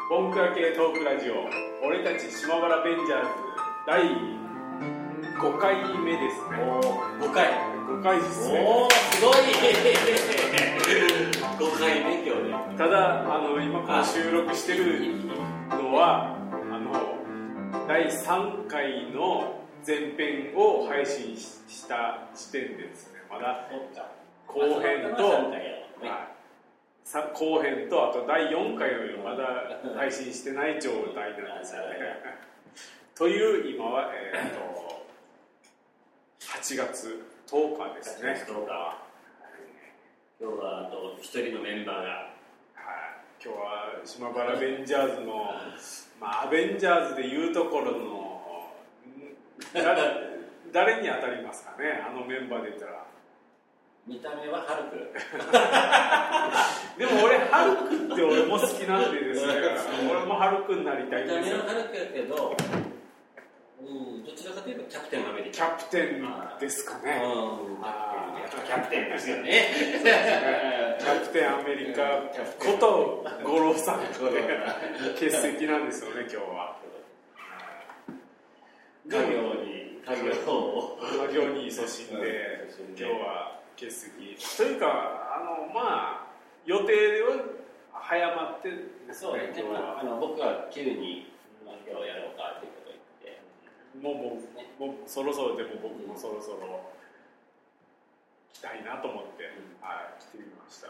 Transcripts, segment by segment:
ボンクラ系トークラジオ、俺たち島原ベンジャーズ第5回目ですね。 5回ですね。 おー、すごい5回目今日ね。 ただ今この収録してるのは第3回の前編を配信した時点でですね、まだ後編と後編とあと第4回よりまだ配信してない状態なんですよね。という今は、8月10日ですね。 今日はあと1人のメンバーが、 今日は島原ベンジャーズの、アベンジャーズでいうところの誰に当たりますかね、あのメンバーで言ったら。 見た目はハルクでも俺ハルクって俺も好きなんでですね俺もハルクになりたいんですよ。 見た目はハルクやけど、どちらかというとキャプテンアメリカ。 キャプテンですかね。 キャプテンですよね。 キャプテンアメリカこと五郎さんって欠席なんですよね今日は。 家業に勤しんで今日は欠席というか予定は早まってですね。今日は僕は急に今日やろうかということを言って、 もうそろそろでも僕もそろそろ来たいなと思って、来てみました。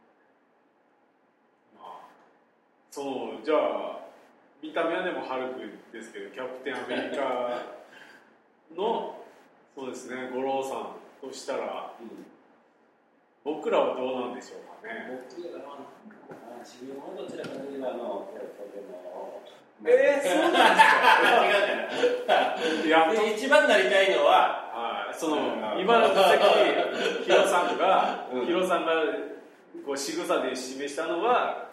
じゃあ見た目はでもハルクですけど、キャプテンアメリカのそうですね、五郎さんとしたら、僕らはどうなんでしょうかね。 僕らは自分はどちらかというとそうなんですか。 違うじゃない。一番なりたいのは、 今さっきヒロさんがこう仕草で示したのは、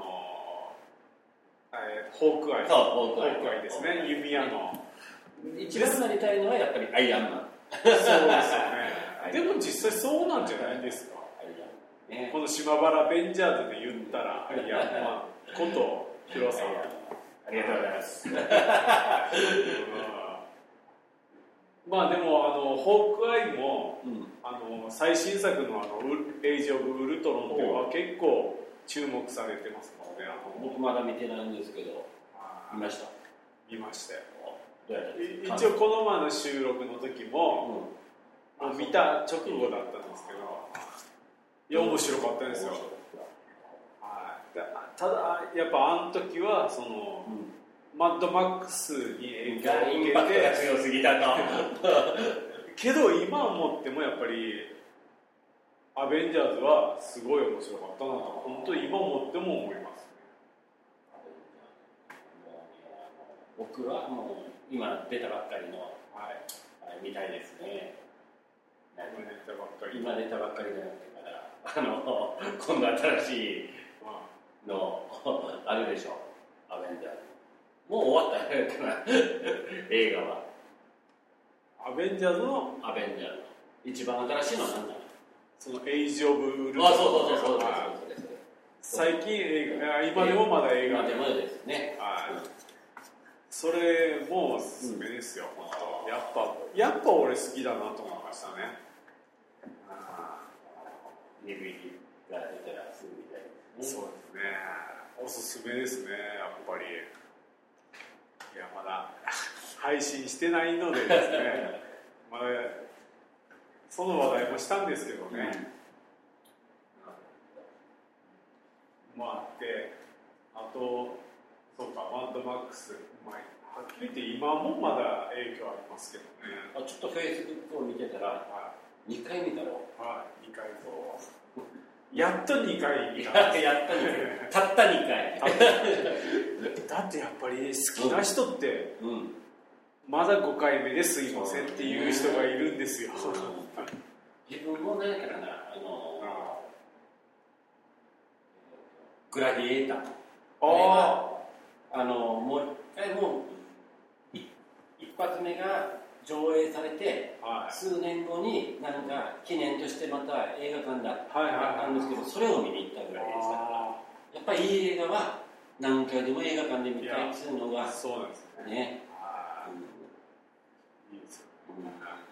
ホークアイですね、弓矢の。 一番なりたいのはやっぱりアイアンマン。 そうですよね。でも実際そうなんじゃないですか。この島原ベンジャーズで言ったらアイアンマンことヒロさん。 ありがとうございます。 でもホークアイも、最新作のエイジ・オブ・ウルトロンでは結構注目されてますので、 僕まだ見てないんですけど、見ましたよ。どうやったですか？ 一応この前の収録の時も、見た直後だったんですけど、いや面白かったですよ。ただやっぱあの時はマッドマックスに影響を受けてインパクトが強すぎたとけど今思ってもやっぱりアベンジャーズはすごい面白かったなと本当に今思っても思います。 僕はもう今出たばっかりの、見たいですね。今出たばっかりじゃなくて今度新しいのあるでしょ、アベンジャーズ。もう終わったよかな映画は。 アベンジャーズの一番新しいのは何だろう。 そのエイジ・オブ・ウルトロン。 そう最近今でもまだ映画でもですね。 それもおすすめですよ。やっぱ俺好きだなと思いましたね。 DVD が出たらすぐみたいですね。 そうですね。おすすめですね、やっぱり。いや、まだ配信してないのでですね、まだその話題もしたんですけどね。あと、そうか、マッドマックス、はっきり言って今もまだ影響ありますけどね。 ちょっとフェイスブックを見てたら、2回見たろ。 2回と。やっと2回見た。 たった2回。 だってやっぱり好きな人って、まだ5回目ですいませんっていう人がいるんですよ。 自分もね、グラディエーター。もう一発目が上映されて、数年後になんか記念としてまた映画館であったんですけど、それを見に行ったぐらいでしたから、やっぱりいい映画は2 何回でも映画館で見たいっていうのがそうなんですね。 ね、 いいですよね。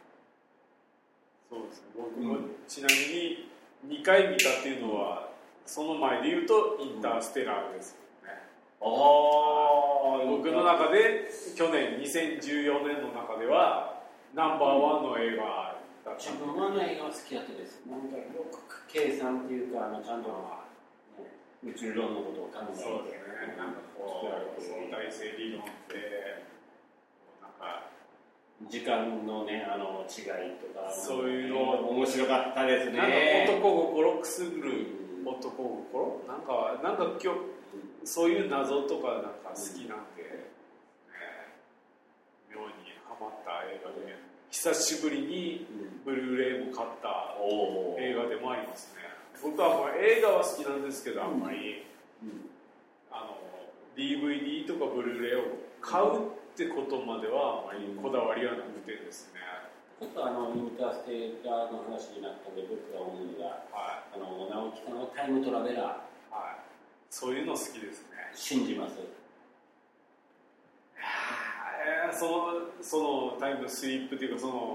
そうですね。僕もちなみに2回見たっていうのは、その前で言うとインターステラーですよね。僕の中で去年2014年の中ではナンバーワンの映画だった。 自分は映画が好きだってです。なんかよく計算っていうかちゃんと宇宙論のことを考えて、 そうですね。なんかこう相対性理論ってなんか時間のね違いとかそういうの面白かったですね。 なんか男心くすぐる男心なんか今日そういう謎とかなんか好きなんで、妙にハマった映画で久しぶりにブルーレイも買った映画でもありますね。僕はもう映画は好きなんですけど、あんまり、DVD とかブルーレイを買うってことまではあんまりこだわりはなくてですね。 ちょっとインターステラーの話になったので僕が思うのが、直樹さんのタイムトラベラー、 そういうの好きですね。 信じます。 そのタイムスリップというか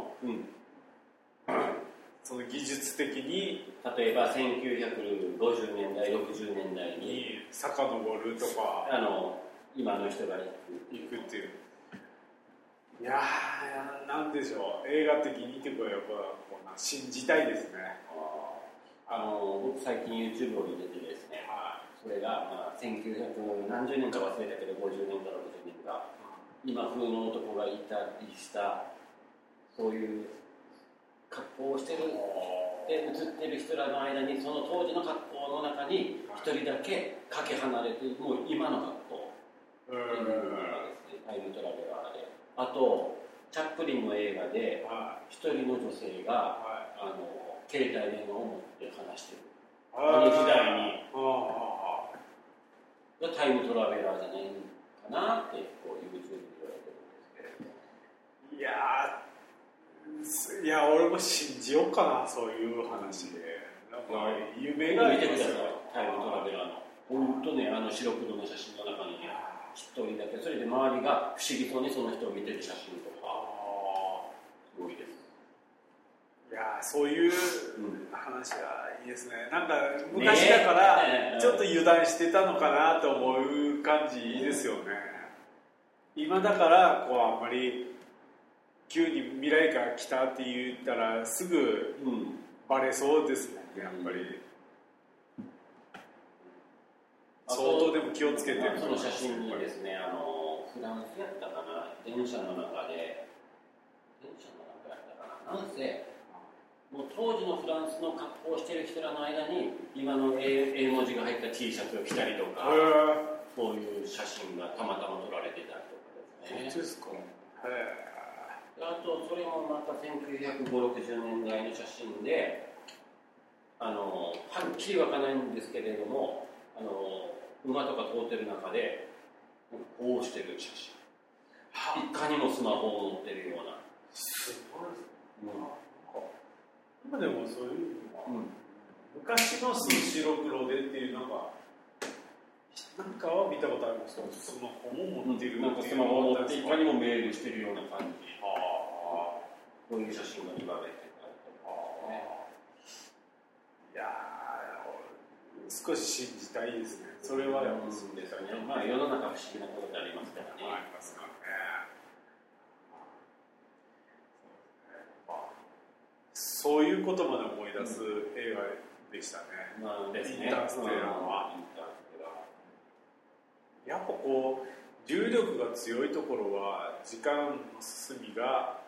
その技術的に例えば1950年代60年代に遡るとか今の人が行くっていう。いやーなんでしょう、映画的にっていうかやっぱ信じたいですね。 僕最近 YouTube を見ててですね、それが、1900何十年か忘れたけど50年か60年か今風の男がいたりしたそういう格好をしてるで映ってる人らの間にその当時の格好の中に一人だけかけ離れてもう今の格好っていうのがですね、タイムトラベラーで、あとチャップリンの映画で一人の女性が、携帯電話を持って話してる時代にタイムトラベラーじゃないかなってこう YouTube で言われてるんですけれども、 いや俺も信じようかな、そういう話で。なんか夢が見てください、タイムトラベラーの本当ね、白黒の写真の中にね一人だけ、それで周りが不思議そうにその人を見てる写真とかすごいです。 いやそういう話はいいですね。なんか昔だからちょっと油断してたのかなと思う感じいいですよね。今だからこうあんまり急に未来から来たって言ったらすぐバレそうですもんね、やっぱり。相当でも気をつけてる。 その写真にですね、フランスやったかな、電車の中やったかな、なんせもう当時のフランスの格好をしてる人らの間に今の英文字が入った T シャツを着たりとか、そういう写真がたまたま撮られてたりとかですね。 本当ですか。 あとそれもまた1950年代の写真ではっきりわからないんですけれども馬とか通ってる中でこうしてる写真、いかにもスマホを持ってるような。 すごいですね。今でもそういうの、昔の白黒でっていうなんかは見たことありますけど、スマホも持ってる、 なんかスマホを持っていかにもメールしてるような感じ、こういう写真が見られてたりとかいや少し信じたいですね。それはやっぱそうですね。 まあ世の中不思議なことってありますからね。 ありますからね。そういうことまで思い出す映画でしたね。インターステラーは。やっぱこう重力が強いところは時間の進みが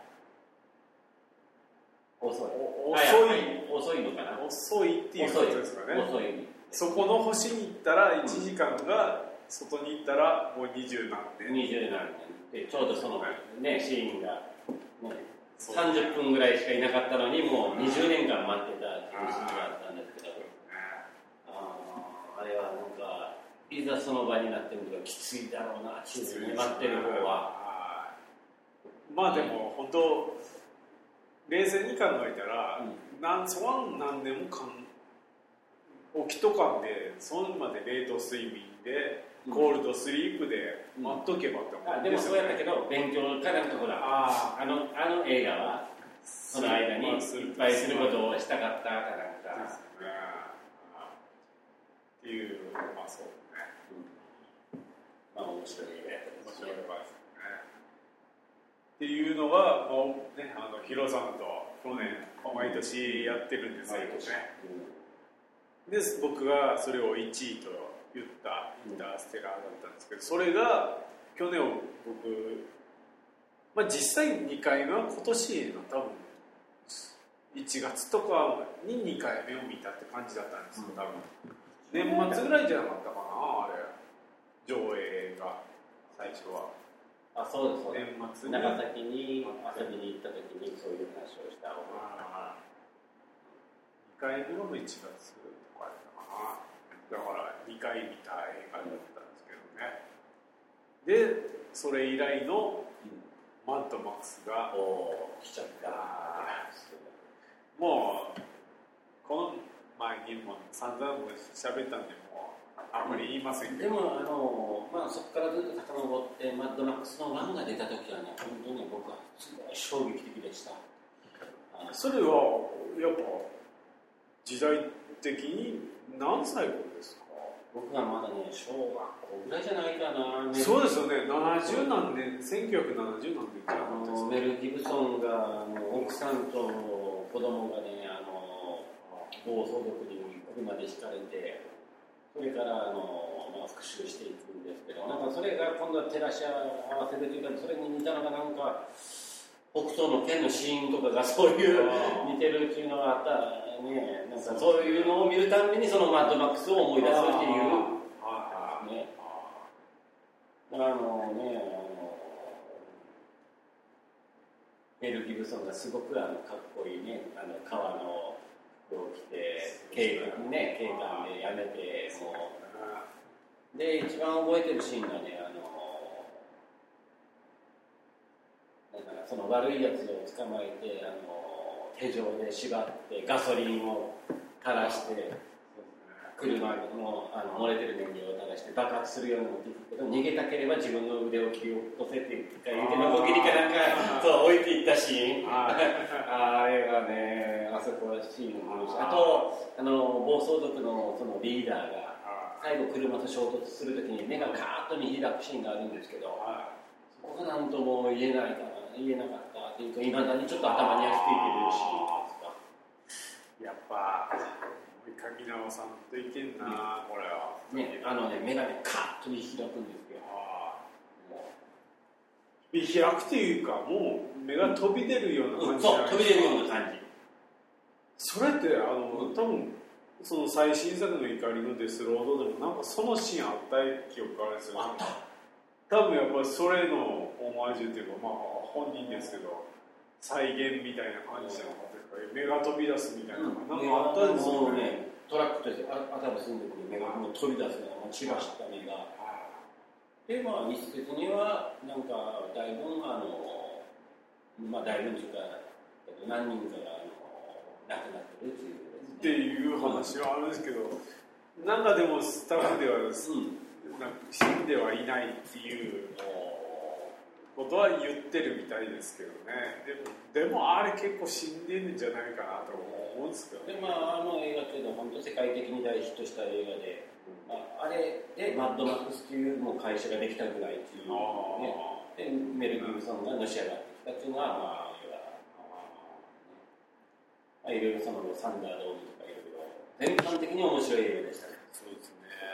遅いのかな。遅いっていうことですかね。そこの星に行ったら1時間が外に行ったらもう20何年でちょうどそのねシーンがね30分ぐらいしかいなかったのにもう20年間待ってたっていうシーンがあったんですけど、あれはなんかいざその場になってみるときついだろうなっていう待ってる方は。 まあでも本当冷静に考えたら、何年も起きとかんでそんまで冷凍睡眠でコールドスリープで待っとけばって思うんでもですよね。 そうやったけど勉強かなんかほらあの映画はその間にいっぱいすることをしたかったかなんかですね。っていうまあそうね。 まあ面白い映画やったですね。 っていうのが、ね、ヒロさんと去年毎年やってるんですよね。で僕がそれを1位と言ったインターステラーだったんですけど、それが去年僕、実際2回目は今年の多分1月とかに2回目を見たって感じだったんですけど、多分年末ぐらいじゃなかったかな、あれ上映が最初は。 そうですそうです。 年末に長崎に遊びに行った時にそういう話をした方が 2回目の1月とかやったかな。だから2回見た映画だったんですけどね。でそれ以来のマッドマックスが来ちゃった。 もうこの前にも散々喋ったんでもうあんまり言いませんけど、 でもそこからずっと遡ってマッドマックスの1が出た時はね、本当に僕はすごい衝撃的でした。 それはやっぱ時代的に何歳頃ですか？ 僕がまだね小学校ぐらいじゃないかな。 そうですよね。70何年、1970何年メル・ギブソンが奥さんと子供がね暴走族に車でひかれて、それから復讐していくんですけど、なんかそれが今度は照らし合わせるというか、それに似たのがなんか北斗の拳のシーンとかがそういう似てるっていうのがあったね。なんかそういうのを見るたびにそのマッドマックスを思い出すっていうね。メル・ギブソンがすごくかっこいいね、革の服を着て警官でやめてで一番覚えてるシーンがねその悪いやつを捕まえて手錠で縛ってガソリンを垂らして車の漏れてる燃料を垂らして爆発するように持っていくけど、逃げたければ自分の腕を切り落とせっていうか腕のこぎりかなんかそう置いていったシーンあれがねあそこはシーンもあるし、あと暴走族のそのリーダーが最後車と衝突するときに目がカーッと見開くシーンがあるんですけど、そこがなんとも言えなかったっていうか、いまだにちょっと頭に焼き付いてるシーンですか。 やっぱ上直さんといけんな、これはね、目がねカーッと見開くんですよ。 見開くっていうか、もう目が飛び出るような感じ、 そう飛び出るような感じ。 それって多分その最新作の怒りのデスロードでもなんかそのシーンあった記憶があるんですよ。 あった。 多分やっぱりそれのオマージュっていうか、本人ですけど再現みたいな感じじゃなかったですか。目が飛び出すみたいな、なんかあったんですよね。 トラックとして頭住んでくる目がもう飛び出すのが散らした目が。で一説にはなんかだいぶだいぶというか何人かが亡くなってるっていうっていう話はあるんですけど、なんかでもスタッフでは、なんか死んではいないっていうことは言ってるみたいですけどね。でもあれ結構死んでるんじゃないかなと思うんですけどね。 で映画っていうのは本当世界的に大ヒットした映画で、あれでマッドマックスっていうもう会社ができたぐらいっていうね。でメル・ギブソンがのし上がってきたっていうのはいろいろそのサンダードームとかいろいろ全般的に面白い映画でしたね。 そうです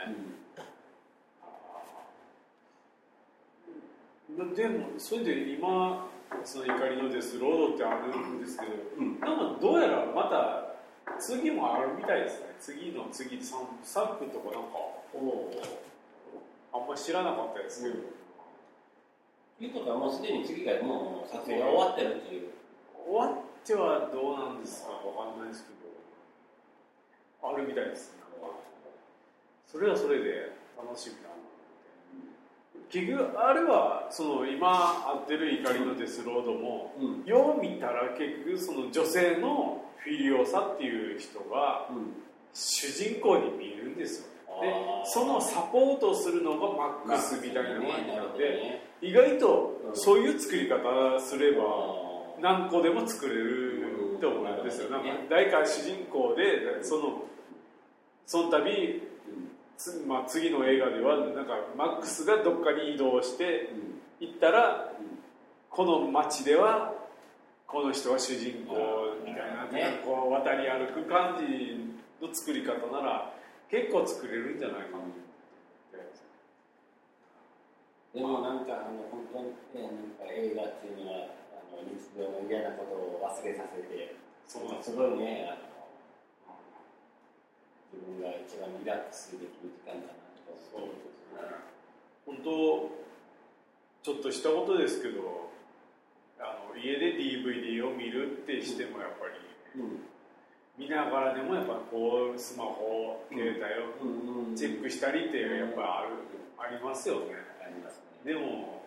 ね。でもそれで今その怒りのデスロードってあるんですけど、なんかどうやらまた次もあるみたいですね。次サックとかなんかあんまり知らなかったですけど。 いうことはもうすでに次がもう撮影が終わってるっていう。 終わってはどうなんですかわかんないですけど、あるみたいですね。それはそれで楽しみだな。結局あれはその今会ってる怒りのデスロードも、よう見たら結局その女性のフィリオサっていう人が主人公に見えるんですよね。 そのサポートをするのがマックスみたいな感じなので、意外とそういう作り方すれば何個でも作れると思うんですよ。なんか誰か主人公でその度、次の映画ではなんかマックスがどっかに移動して行ったら、この街ではこの人は主人公みたいな、こう渡り歩く感じの作り方なら結構作れるんじゃないかな。 でもなんか本当になんか映画っていうのは日常の嫌なことを忘れさせて、すごいね自分が一番リラックスできる時間かなと思うんですね。 本当ちょっとしたことですけど、家で DVD を見るってしてもやっぱり、見ながらでもやっぱこうスマホ、携帯をチェックしたりっていうやっぱありますよね。 ありますね。 でも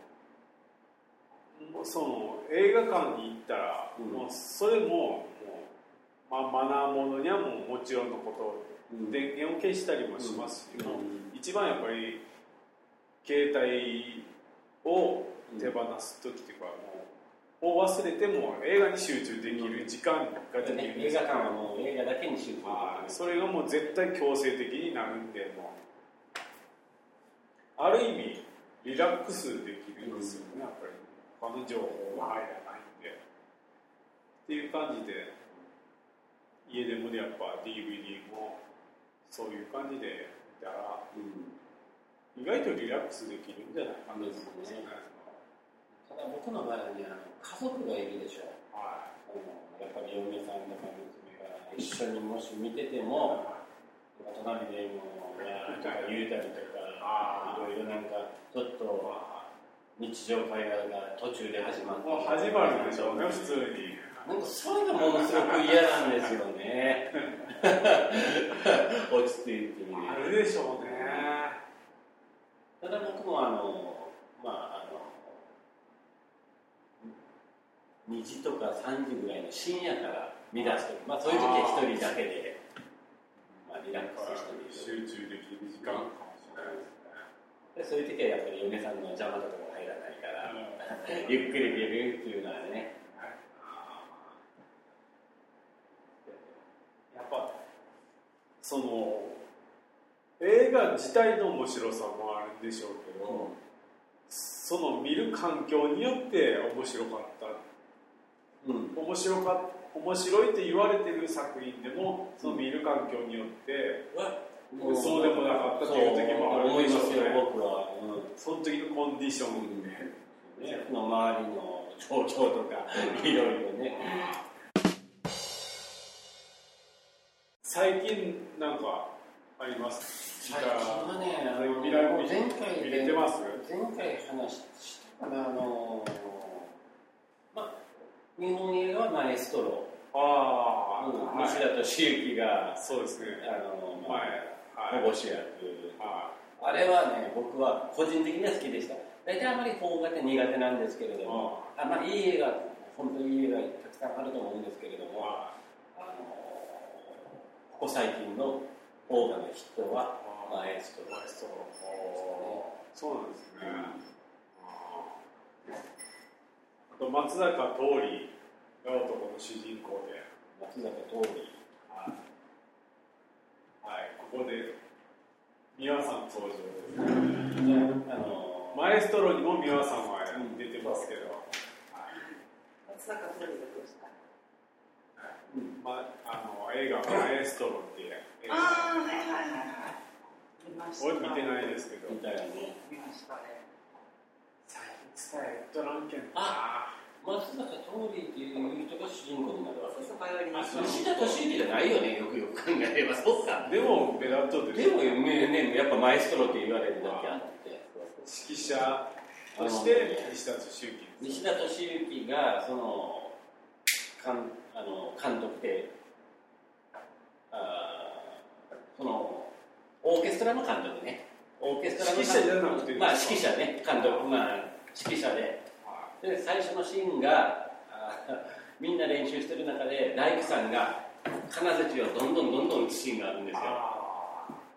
その映画館に行ったら、もうそれもマナーものにはもちろんのこと、電源を消したりもしますし、一番やっぱり携帯を手放す時というか、もう忘れても映画に集中できる時間ができるんですよ、 映画館はもう映画だけに集中できる。 それがもう絶対強制的になるんで、もうある意味リラックスできるんですよね、やっぱり他の情報が入らないんでっていう感じで、家でもやっぱ DVD もそういう感じで見たら、意外とリラックスできるんじゃないかなと思いますね。 ただ僕の場合はね、家族がいるでしょ。やっぱり嫁さんとか娘が一緒にもし見てても、隣でもうとか言うたりとか、いろいろなんかちょっと日常会話が途中で始まって、 もう始まるでしょうね、普通に。 なんかそれがものすごく嫌なんですよね。落ち着いてみる。 あるでしょうね。 ただ僕も2時とか3時ぐらいの深夜から見出すとき、そういう時は一人だけで、リラックスしてみる。 集中できる時間かもしれないですね。 でそういう時はやっぱり嫁さんの邪魔とかも入らないから、ゆっくり見るっていうのはね。 やっぱその映画自体の面白さもあるんでしょうけど、その見る環境によって面白かった、面白いって言われてる作品でも、その見る環境によってそうでもなかったという時もあるでしょうね。 僕は、 その時のコンディションで、 の周りの状況とかいろいろね。 最近なんかあります？ 最近はね、 見れてます？ 前回話したかな、日本映画はマエストロ。西田敏行が、 そうですね。 保護主役。あれはね、僕は個人的には好きでした。大体あまり邦画って苦手なんですけれども、いい映画、本当にいい映画たくさんあると思うんですけれども、ここ最近の邦画のヒットはマエストロ。 そうなんですね。あと松坂桃李が男の主人公で、 松坂桃李、 ここで美輪さん登場ですね。マエストロにも美輪さんは出てますけど、 松坂桃李がどうした？ 映画マエストロっていう映画、俺見てないですけど、 見たよね。 見ましたね。 最近伝えとらんけん松坂桃李っていう人が主人公になるわけ。 西田敏行じゃないよね、よくよく考えれば。そうか。 でも目立っとるでもね、やっぱマエストロって言われるだけあって、 指揮者として西田敏行。 西田敏行がその監督で、そのオーケストラの監督ね。オーケストラの指揮者じゃなくて、 指揮者ね、監督、指揮者で。で最初のシーンがみんな練習してる中で大工さんが金槌をどんどん打つシーンがあるんですよ。そ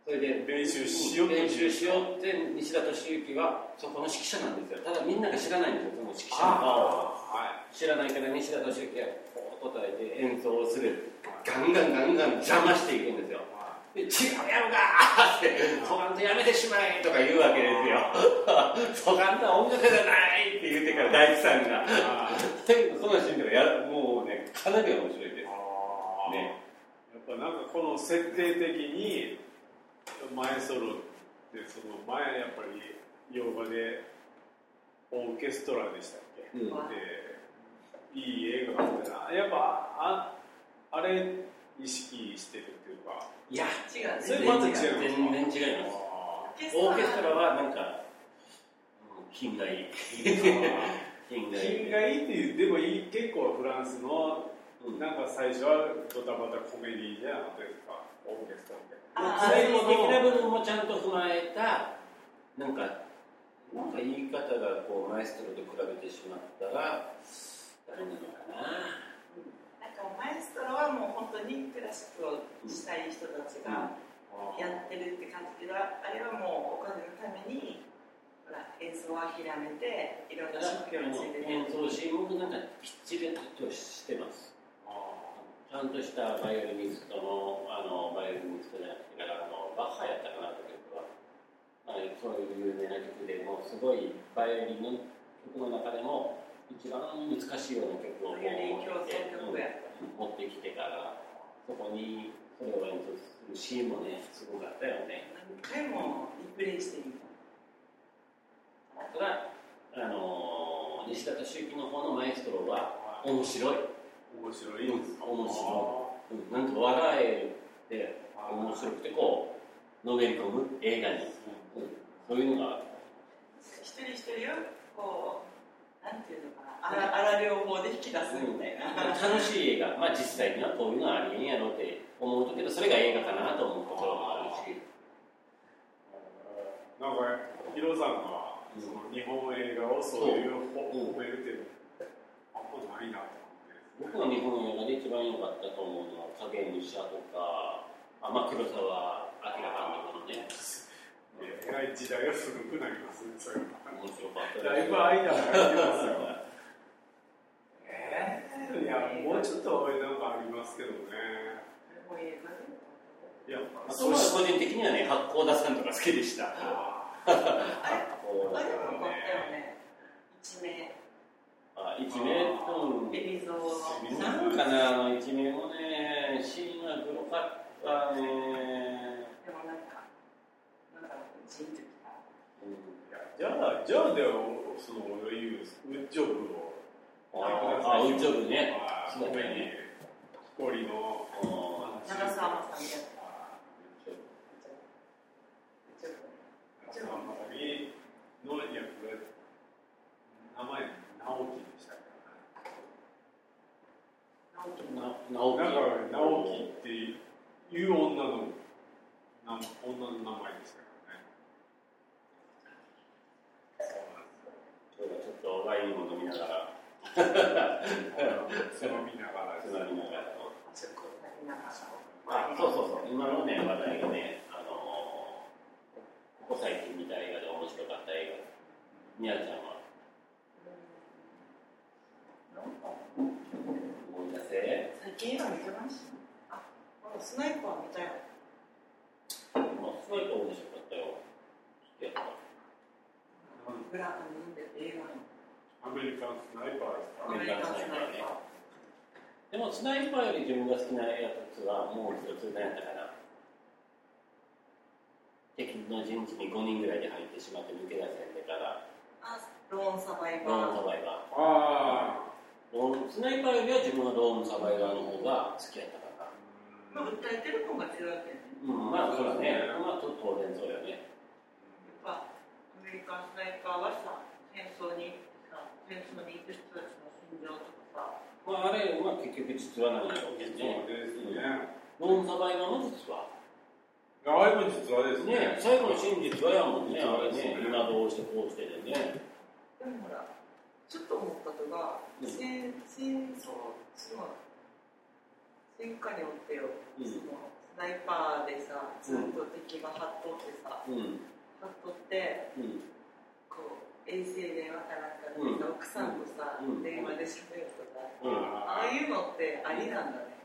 それで練習しようって西田敏行はそこの指揮者なんですよ。ただみんなが知らないんですよ、その指揮者の顔を。知らないから西田敏行がこう答えて演奏をする。ガンガン邪魔していくんですよ。で違うやろがーって、そがんとやめてしまえとか言うわけですよ。そがんとは音楽じゃないって言ってから大工さんが。そのシーンとかもうね、かなり面白いです。ね、 やっぱなんかこの設定的にマエストロってその前やっぱり洋画でオーケストラでしたっけ、でいい映画があってな、やっぱあれ意識してるっていうか、 いや違う、 それまた違う、 全然違います。オーケストラはなんか品がいい品がいいっていう、でも結構フランスのなんか最初はドタバタコメディじゃなかったですか、オーケストラって。 最後的な部分もちゃんと踏まえたなんか言い方がこうマエストロと比べてしまったら誰なのかな。 なんかマエストロはもう本当にクラシックをしたい人たちがやってるって感じで、あれはもうお金のために演奏を諦めていろんな職業について演奏シーンもなんかきっちりとしてます。ちゃんとしたバイオリニストのバイオリニストじゃなくてからバッハやったかなという曲は、そういう有名な曲でもすごいバイオリンの曲の中でも一番難しいような曲を持ってきてからそこにそれを演奏するシーンもねすごかったよね。 何回もリプレイしてみた。 ただ西田敏行の方のマエストロは面白い。 面白いですか。 面白い。なんか笑えて面白くてこうのめり込む映画に、そういうのが一人一人をこうなんていうのかな、荒療法で引き出すみたいな、 楽しい映画。まあ実際にはこういうのはありえんやろうって思うけど、それが映画かなと思うところもあるし。 なんかヒロさんがその日本映画をそういう褒めるっていうのあんまないなと。 僕は日本映画で一番良かったと思うのは影武者とか、黒澤明監督のね。 えらい時代が古くなりますね、それは。 面白かった。 だいぶ間が空いてますよ。いや、もうちょっとなんかありますけどね。 いや、そうは個人的にはね、八甲田さんとか好きでした。 あれもあったよね。 一名と海老蔵のなんかな、一名もね、シーンが黒かったね。 でもなんかジンときた。 じゃあでもその俺言うウッジョブをウッジョブね。 そうだね。一人の長澤まさみやった。 長澤まさみの役が名前直樹でしたっけ。直樹っていう女の名前ですからね。 ちょっとワインを飲みながらつまみながらそう今のね話題がね、ここ最近見た映画で面白かった映画、みやちゃんは思い出せ。 最近映画見てました。スナイパー見たよ。 スナイパー面白かったよ。好きやった。 映画のアメリカンスナイパーですか。 アメリカンスナイパーね。でもスナイパーより自分が好きなやつはもう一つ何やったかな。敵の陣地に5人ぐらいで入ってしまって抜け出せんでから。 ローンサバイバー。 スナイパーよりは自分はローンサバイバーの方が好きやったかな。 訴えてる方が違うけどね。 そうだね。当然そうよね。 アメリカンスナイパーはさ、戦争に行く人たちの心情とかさ。 あれ、結局実話なんやろうけどね。 そうですね。 ローンサバイバーも実話。 あれも実話ですね。 最後の真実はやもんね。あれね、今どうしてこうしてでね。 でもほら、ちょっと思ったのが、戦争、戦火におってよ、スナイパーでさ、ずっと敵が張っとってさ、張っとって、こう衛星電話かなんかでさ、奥さんとさ、電話で喋るとか、ああいうのってありなんだね。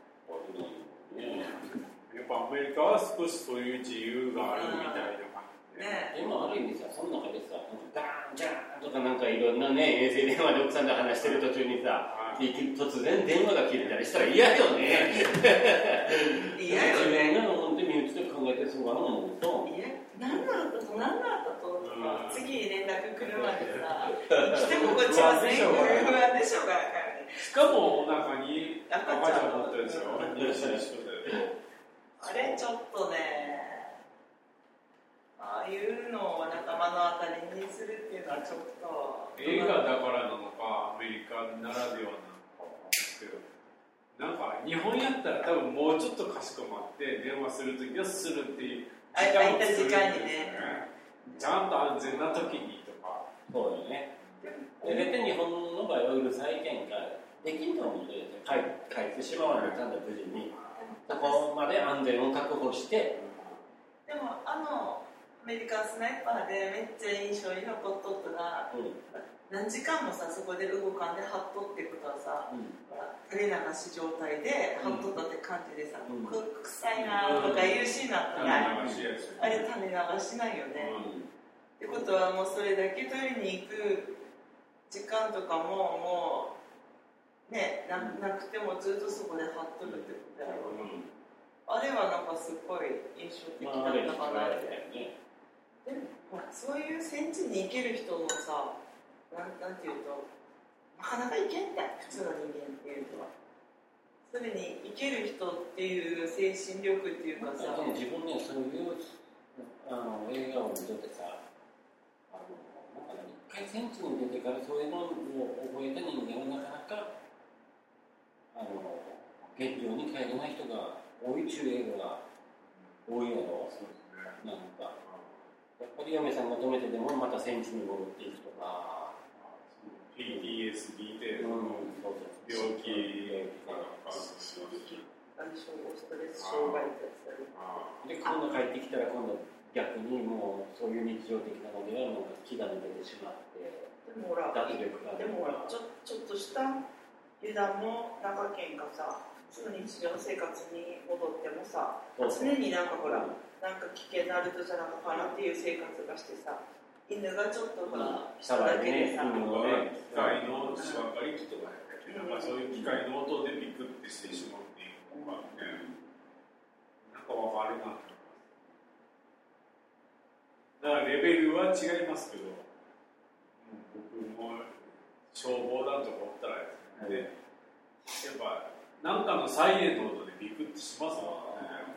やっぱアメリカは少しそういう自由があるみたいな感じで、 でもある意味さ、その中でさ、ガーンジャーンとかなんかいろんなね、衛星電話で奥さんと話してる途中にさ、突然電話が切れたりしたら嫌よね。 嫌よね。 自分が本当に身内で考えてそうかな思うと、 何なったと何なったと、次に連絡来るまでさ、来てもこっちは全部不安でしょうがないからね。 しかもお腹に赤ちゃん持ってるでしょ、妊娠してる。 あれちょっとね、ああいうのを仲間の当たりにするっていうのはちょっと映画だからなのかアメリカならではなのかですけど、なんか日本やったら多分もうちょっとかしこまって電話するときはするっていう空いた時間にね、 ちゃんと安全なときにとか。 そうよね。で絶対日本の場合はうるさい喧嘩できんと思うんで、帰ってしまわないとちゃんと無事にそこまで安全を確保して。 でもアメリカンスナイパーでめっちゃ印象に残っとったら、何時間もさそこで動かんで張っとってことはさ、垂れ流し状態で張っとったって感じでさ、臭いなとかいうシーンだったら、あれ垂れ流しないよね。ってことはもうそれだけ取りに行く時間とかももうね、なくてもずっとそこで張っとるってことやろ。あれはなんかすごい印象的だったかなって。でもほらそういう戦地に行ける人のさ、なんていうとなかなか行けんだよ、普通の人間っていうのは。それに生きる人っていう精神力っていうかさ、 自分ね、そういう映画を見とってさ、なんかね、一回戦地に出てからそういうのを覚えた人間はなかなか現状に帰れない人が多い中映画が多いやろ。なんかやっぱり嫁さんが止めてでもまた戦地に戻っていくとか、 PTSD で病気とかストレス障害ってやつだね。 で今度帰ってきたら今度逆にもうそういう日常的なのではなんか気が抜けてしまって、 でもほらちょっとした油断も長けんがさ、普通の日常生活に戻ってもさ、常になんかほら、なんか危険なるとじゃなかったなっていう生活がしてさ、犬がちょっとほら、しただけでさ、 機械のしばかりとかなんかそういう機械の音でビクってしてしまうっていうのがね、なんかわかるなと思います。だからレベルは違いますけど、僕も消防団とかおったらですね、やっぱなんかのサイレンの音でビクってしますもんね。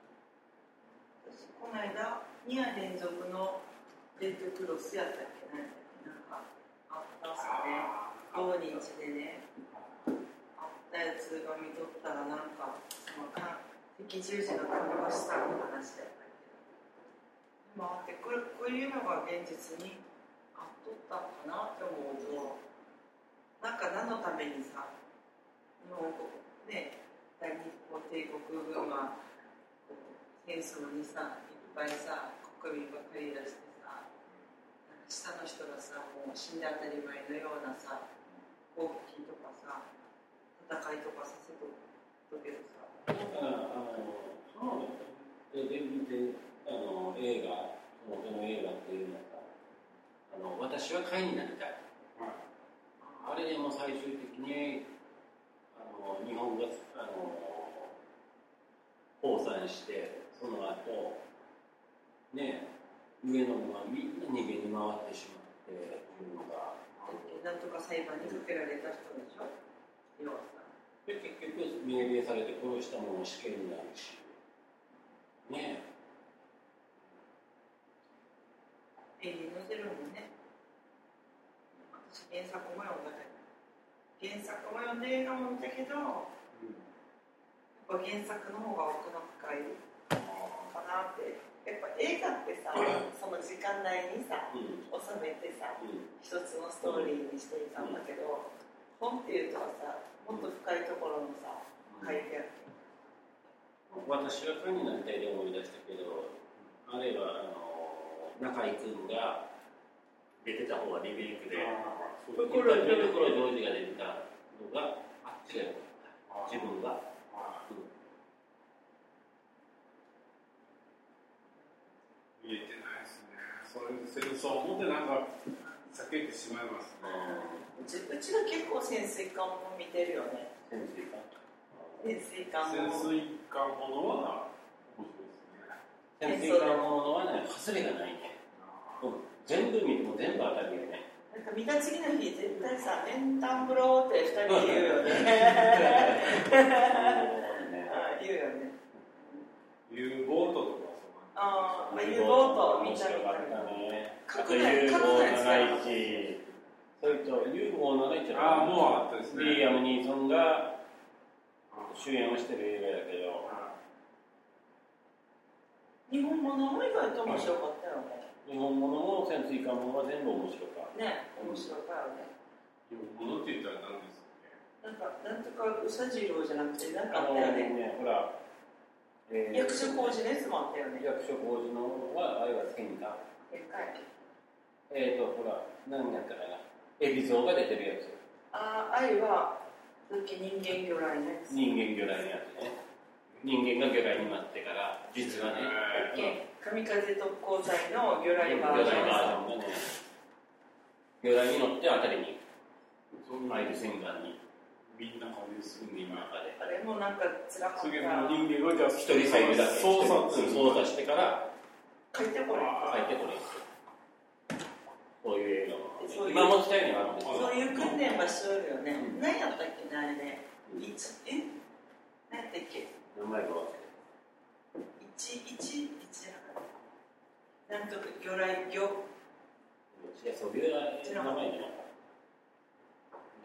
この間2夜連続のレッドクロスやったっけ、なんかあったっすね。同日でね、あったやつが見とったらなんかその赤十字の看護師さんの話だったけど、まあこういうのが現実にあっとったのかなって思うと、なんか何のためにさ、日本国ね、大日本帝国軍は戦争にさ、いっぱいさ、国民ばっかり出してさ、下の人がさ、もう死んで当たり前のようなさ、攻撃とかさ、戦いとかさせとくけどさ。 で見て映画、その映画っていうのが、私は会になりたい。あれでも最終的に日本が崩壊してその後ね、上の者はみんな逃げに回ってしまっていうのがなんとか裁判にかけられた人でしょ、要はさ。 で結局命令されて殺した者も死刑になるしね絵に載せるもんね。私原作も読んだけど、原作も読んで映画も見たけど、やっぱ原作の方が奥の深いかなって。やっぱ映画ってさ、その時間内にさ、収めてさ、一つのストーリーにしていたんだけど、本っていうとさ、もっと深いところのさ、書いてあるけど、 私がファンになりたいで思い出したけど、あれは中居君が出てた方はリメイクで、ところジョージが出てたのが、違う、自分が。 見えてないですね。それ戦争を思ってなんか避けてしまいますね。 うちが結構潜水艦も見てるよね。 潜水艦ものは面白いですね。 潜水艦ものはね、ハスレがないね。全部見ても全部当たるよね。 なんか見た次の日絶対さ、練炭風呂って2人で言うよね。言うよね。 U ボートとかああ、U ボート見たみたいな。 あと U571、それと U571 ああ、もうあったですね。 リーアム・ニーソンが主演をしてる映画だけど、 日本物も意外と面白かったよね。 日本物も潜水艦ものは全部面白かった。 ね、面白かったよね。 日本物って言ったら何ですかね。 なんとか宇佐次郎じゃなくて、なんかあったよね。 ほら、 役所広司のやつもあったよね。 役所広司のは、あれは好きにか。 でっかい。 ほら、何やったかな。海老蔵が出てるやつ。 あれは、人間魚雷のやつ。 人間魚雷のやつね。人間が魚雷になってから、実はね。 神風特攻隊の魚雷バージョンがね、 魚雷に乗ってあたりに入る戦艦にみんな顔です。 みんな中で。 あれもなんか辛かった。 人間がじゃあ一人入るだけ操作してから帰ってこれ。 そういう映画も今も伝えにはあるんですよ。 そういう訓練はしとるよね。何やったっけね、あれね。何やったっけ。 名前が忘れて。 なんとか魚雷魚。 いや、そういう名前じゃなかった。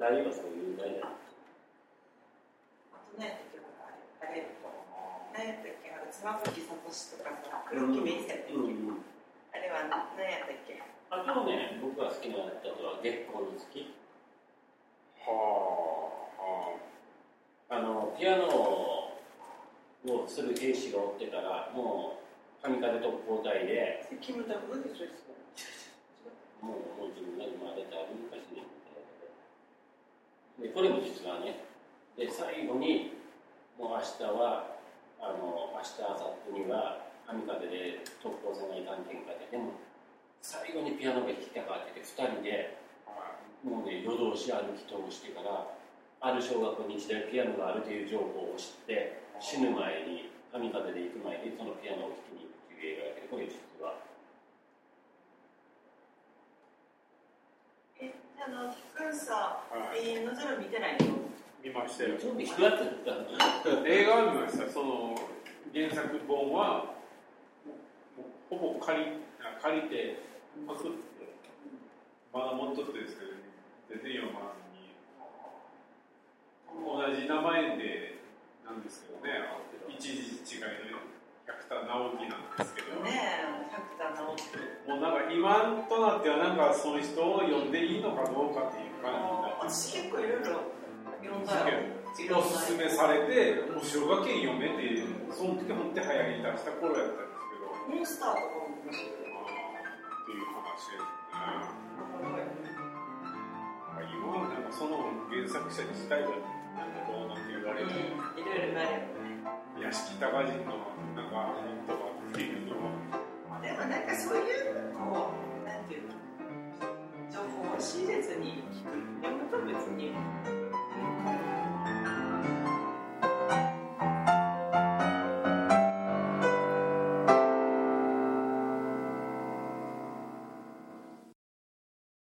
大はそういう大だ。 あとね、あれ、何やったっけ、妻夫木聡とかさ、黒木メイサやったっけ。あれは何やったっけ。 あとね、僕が好きなやつは月光に好き。ピアノをする兵士がおってから、もう神風特攻隊で、 キムタクでしょ。 もう自分が生まれた昔にで、これも実はね、で最後にもう明日は明日明後日には神風で特攻せないかんけんかで、でも最後にピアノが弾きたかって2人でもうね、夜通し歩き通してから、ある小学校に一台ピアノがあるという情報を知って死ぬ前に神風で行く前にそのピアノを弾きに行くという映画だけど、これ実は君さ、永遠のゼロ見てないの？ 見ましたよ。 映画は見ました。その原作本はほぼ借りてパクってまだ持っとってですけど、全然読まずに同じ名前でなんですけどね、一時違いの百田直樹なんですけどねえ、百田直樹もうなんか今となってはなんかその人を呼んでいいのかどうかっていう感じになって、 私結構いろいろ読んだよ。 おすすめされて面白がけん読めて、その時本当に流行りだした頃やったんですけど、 モンスターとかも見ましたけどっていう話ですね。今はなんかその原作者自体がなんかどうのって言われて、 いろいろ言われるね。 屋敷隆人のなんか本とかっていうのはでもなんかそういうこうなんていうの情報を仕入れずに聞く、読むと別に